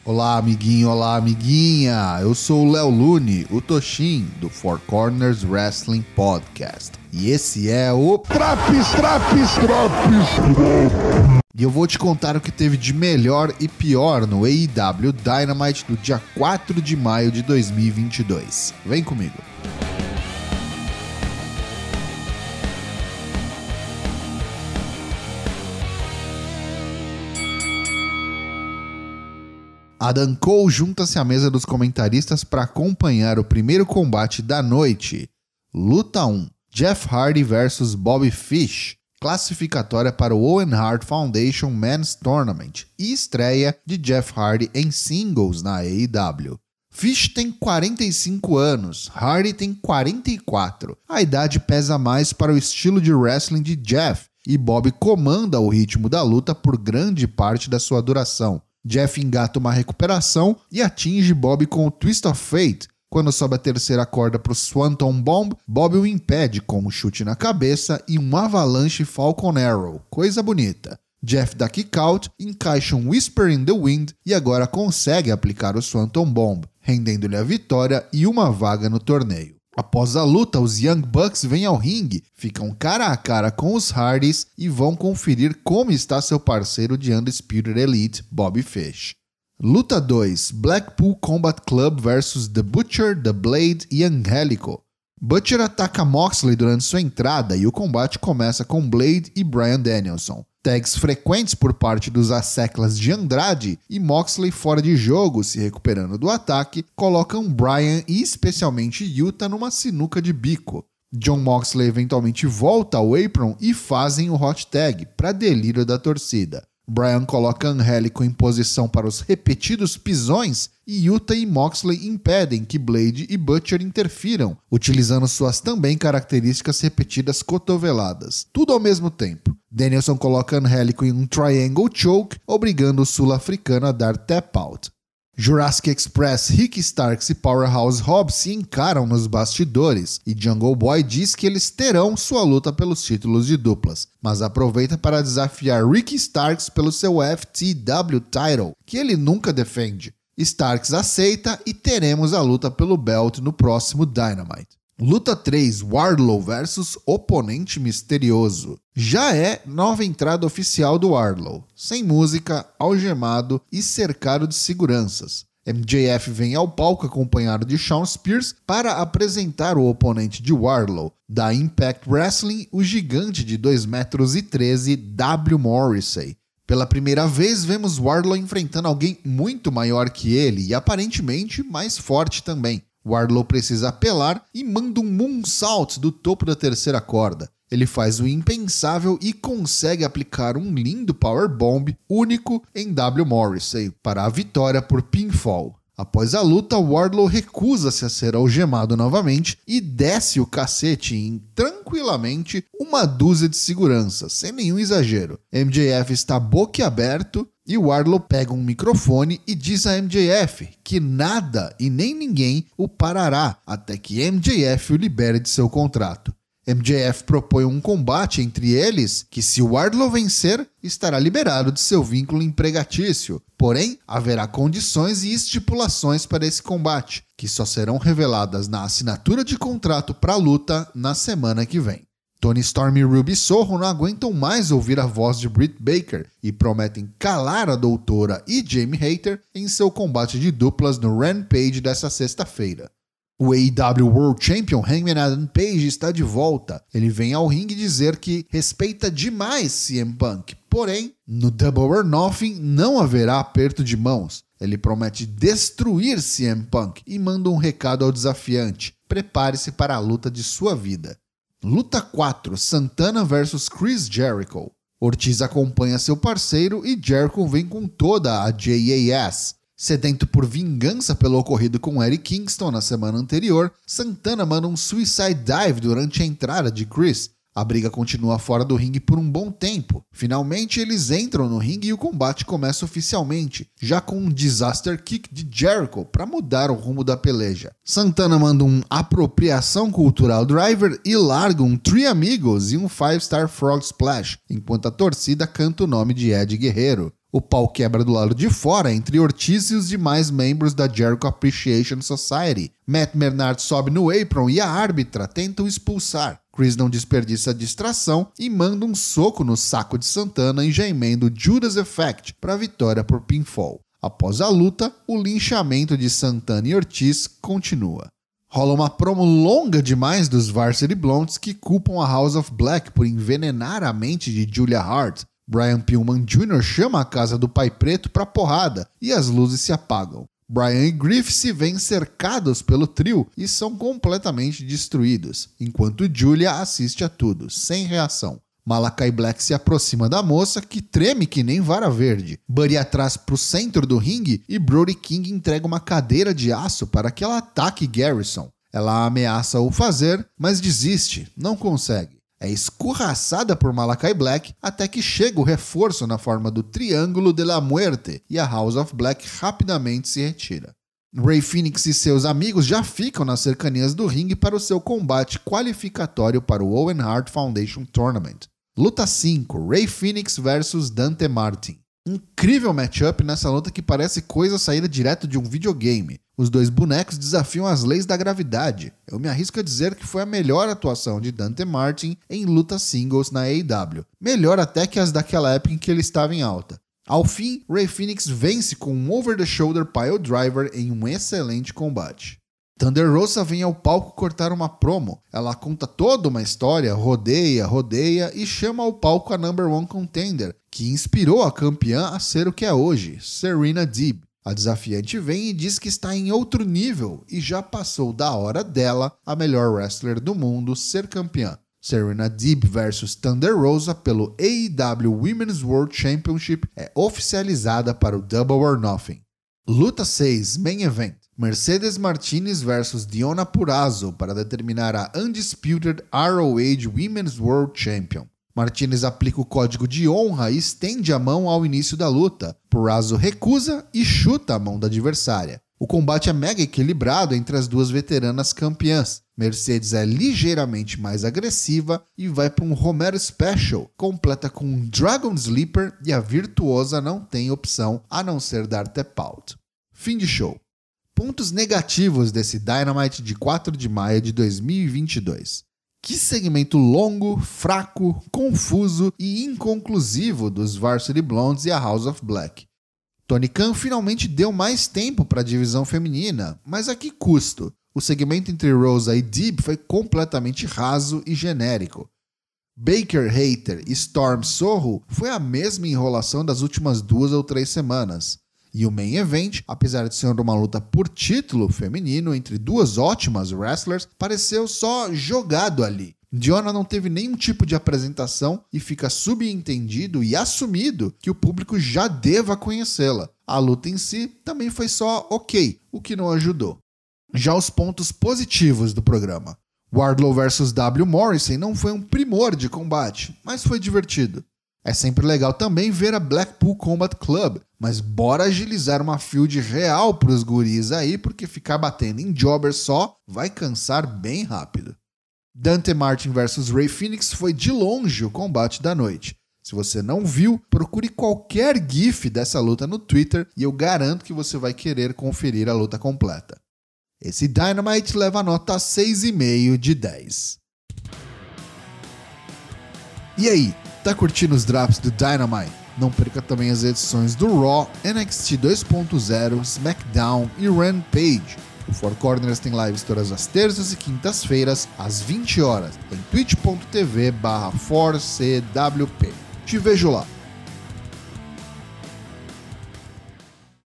Olá, amiguinho, olá, amiguinha. Eu sou o Léo Lune, o Toshin, do Four Corners Wrestling Podcast. E esse é o Traps. E eu vou te contar o que teve de melhor e pior no AEW Dynamite do dia 4 de maio de 2022. Vem comigo. Adam Cole junta-se à mesa dos comentaristas para acompanhar o primeiro combate da noite. Luta 1. Jeff Hardy vs Bobby Fish. Classificatória para o Owen Hart Foundation Men's Tournament e estreia de Jeff Hardy em singles na AEW. Fish tem 45 anos, Hardy tem 44. A idade pesa mais para o estilo de wrestling de Jeff e Bobby comanda o ritmo da luta por grande parte da sua duração. Jeff engata uma recuperação e atinge Bobby com o Twist of Fate. Quando sobe a terceira corda para o Swanton Bomb, Bobby o impede com um chute na cabeça e um avalanche Falcon Arrow. Coisa bonita. Jeff dá kick out, encaixa um Whisper in the Wind e agora consegue aplicar o Swanton Bomb, rendendo-lhe a vitória e uma vaga no torneio. Após a luta, os Young Bucks vêm ao ringue, ficam cara a cara com os Hardys e vão conferir como está seu parceiro de Undisputed Elite, Bobby Fish. Luta 2, Blackpool Combat Club vs The Butcher, The Blade e Angelico. Butcher ataca Moxley durante sua entrada e o combate começa com Blade e Bryan Danielson. Tags frequentes por parte dos Asseclas de Andrade e Moxley fora de jogo, se recuperando do ataque, colocam Bryan e especialmente Yuta numa sinuca de bico. Jon Moxley eventualmente volta ao apron e fazem o hot tag, para delírio da torcida. Bryan coloca Angelico em posição para os repetidos pisões e Yuta e Moxley impedem que Blade e Butcher interfiram, utilizando suas também características repetidas cotoveladas. Tudo ao mesmo tempo. Danielson coloca Angelico em um Triangle Choke, obrigando o sul-africano a dar tap-out. Jurassic Express, Ricky Starks e Powerhouse Hobbs se encaram nos bastidores e Jungle Boy diz que eles terão sua luta pelos títulos de duplas, mas aproveita para desafiar Ricky Starks pelo seu FTW title, que ele nunca defende. Starks aceita e teremos a luta pelo belt no próximo Dynamite. Luta 3, Wardlow vs Oponente Misterioso. Já é nova entrada oficial do Wardlow, sem música, algemado e cercado de seguranças. MJF vem ao palco acompanhado de Shawn Spears para apresentar o oponente de Wardlow, da Impact Wrestling, o gigante de 2,13 metros, W. Morrissey. Pela primeira vez vemos Wardlow enfrentando alguém muito maior que ele e aparentemente mais forte também. Wardlow precisa apelar e manda um moonsault do topo da terceira corda. Ele faz o impensável e consegue aplicar um lindo powerbomb único em W. Morrissey para a vitória por pinfall. Após a luta, Wardlow recusa-se a ser algemado novamente e desce o cacete em, tranquilamente, uma dúzia de seguranças, sem nenhum exagero. MJF está boquiaberto e Wardlow pega um microfone e diz a MJF que nada e nem ninguém o parará até que MJF o libere de seu contrato. MJF propõe um combate entre eles que, se Wardlow vencer, estará liberado de seu vínculo empregatício. Porém, haverá condições e estipulações para esse combate, que só serão reveladas na assinatura de contrato para a luta na semana que vem. Toni Storm e Ruby Soho não aguentam mais ouvir a voz de Britt Baker e prometem calar a doutora e Jamie Hayter em seu combate de duplas no Rampage dessa sexta-feira. O AEW World Champion Hangman Adam Page está de volta. Ele vem ao ringue dizer que respeita demais CM Punk, porém, no Double or Nothing não haverá aperto de mãos. Ele promete destruir CM Punk e manda um recado ao desafiante: prepare-se para a luta de sua vida. Luta 4, Santana vs Chris Jericho. Ortiz acompanha seu parceiro e Jericho vem com toda a JAS. Sedento por vingança pelo ocorrido com Eddie Kingston na semana anterior, Santana manda um Suicide Dive durante a entrada de Chris. A briga continua fora do ringue por um bom tempo. Finalmente eles entram no ringue e o combate começa oficialmente, já com um Disaster Kick de Jericho para mudar o rumo da peleja. Santana manda um Apropriação Cultural Driver e larga um Three Amigos e um 5-Star Frog Splash, enquanto a torcida canta o nome de Ed Guerreiro. O pau quebra do lado de fora entre Ortiz e os demais membros da Jericho Appreciation Society. Matt Menard sobe no apron e a árbitra tenta o expulsar. Chris não desperdiça a distração e manda um soco no saco de Santana e já emenda o Judas Effect para a vitória por pinfall. Após a luta, o linchamento de Santana e Ortiz continua. Rola uma promo longa demais dos Varsity Blondes que culpam a House of Black por envenenar a mente de Julia Hart. Brian Pillman Jr. chama a casa do Pai Preto pra porrada e as luzes se apagam. Brian e Griff se veem cercados pelo trio e são completamente destruídos, enquanto Julia assiste a tudo, sem reação. Malakai Black se aproxima da moça, que treme que nem vara verde. Buddy atrás pro centro do ringue e Brody King entrega uma cadeira de aço para que ela ataque Garrison. Ela ameaça o fazer, mas desiste, não consegue. É escorraçada por Malakai Black até que chega o reforço na forma do Triângulo de la Muerte e a House of Black rapidamente se retira. Rey Fenix e seus amigos já ficam nas cercanias do ringue para o seu combate qualificatório para o Owen Hart Foundation Tournament. Luta 5, Rey Fenix vs Dante Martin. Incrível matchup nessa luta que parece coisa saída direto de um videogame. Os dois bonecos desafiam as leis da gravidade. Eu me arrisco a dizer que foi a melhor atuação de Dante Martin em lutas singles na AEW. Melhor até que as daquela época em que ele estava em alta. Ao fim, Rey Fenix vence com um over-the-shoulder pile driver em um excelente combate. Thunder Rosa vem ao palco cortar uma promo. Ela conta toda uma história, rodeia e chama ao palco a number one contender, que inspirou a campeã a ser o que é hoje, Serena Deeb. A desafiante vem e diz que está em outro nível e já passou da hora dela, a melhor wrestler do mundo, ser campeã. Serena Deeb vs Thunder Rosa pelo AEW Women's World Championship é oficializada para o Double or Nothing. Luta 6, Main Event. Mercedes Martinez vs Diona Purrazzo para determinar a Undisputed ROH Women's World Champion. Martinez aplica o código de honra e estende a mão ao início da luta. Purrazzo recusa e chuta a mão da adversária. O combate é mega equilibrado entre as duas veteranas campeãs. Mercedes é ligeiramente mais agressiva e vai para um Romero Special, completa com um Dragon Sleeper e a virtuosa não tem opção a não ser dar tap out. Fim de show. Pontos negativos desse Dynamite de 4 de maio de 2022. Que segmento longo, fraco, confuso e inconclusivo dos Varsity Blondes e a House of Black. Tony Khan finalmente deu mais tempo para a divisão feminina, mas a que custo? O segmento entre Rosa e Deeb foi completamente raso e genérico. Baker Hater e Storm Soho foi a mesma enrolação das últimas 2 ou 3 semanas. E o Main Event, apesar de ser uma luta por título feminino entre duas ótimas wrestlers, pareceu só jogado ali. Diona não teve nenhum tipo de apresentação e fica subentendido e assumido que o público já deva conhecê-la. A luta em si também foi só ok, o que não ajudou. Já os pontos positivos do programa. Wardlow vs W. Morrison não foi um primor de combate, mas foi divertido. É sempre legal também ver a Blackpool Combat Club, mas bora agilizar uma feud real pros guris aí, porque ficar batendo em jobber só vai cansar bem rápido. Dante Martin vs Rey Fenix foi de longe o combate da noite. Se você não viu, procure qualquer gif dessa luta no Twitter e eu garanto que você vai querer conferir a luta completa. Esse Dynamite leva nota 6,5 de 10. E aí, tá curtindo os drops do Dynamite? Não perca também as edições do Raw, NXT 2.0, SmackDown e Rampage. O Four Corners tem lives todas as terças e quintas-feiras, às 20 horas, em twitch.tv/4CWP. Te vejo lá.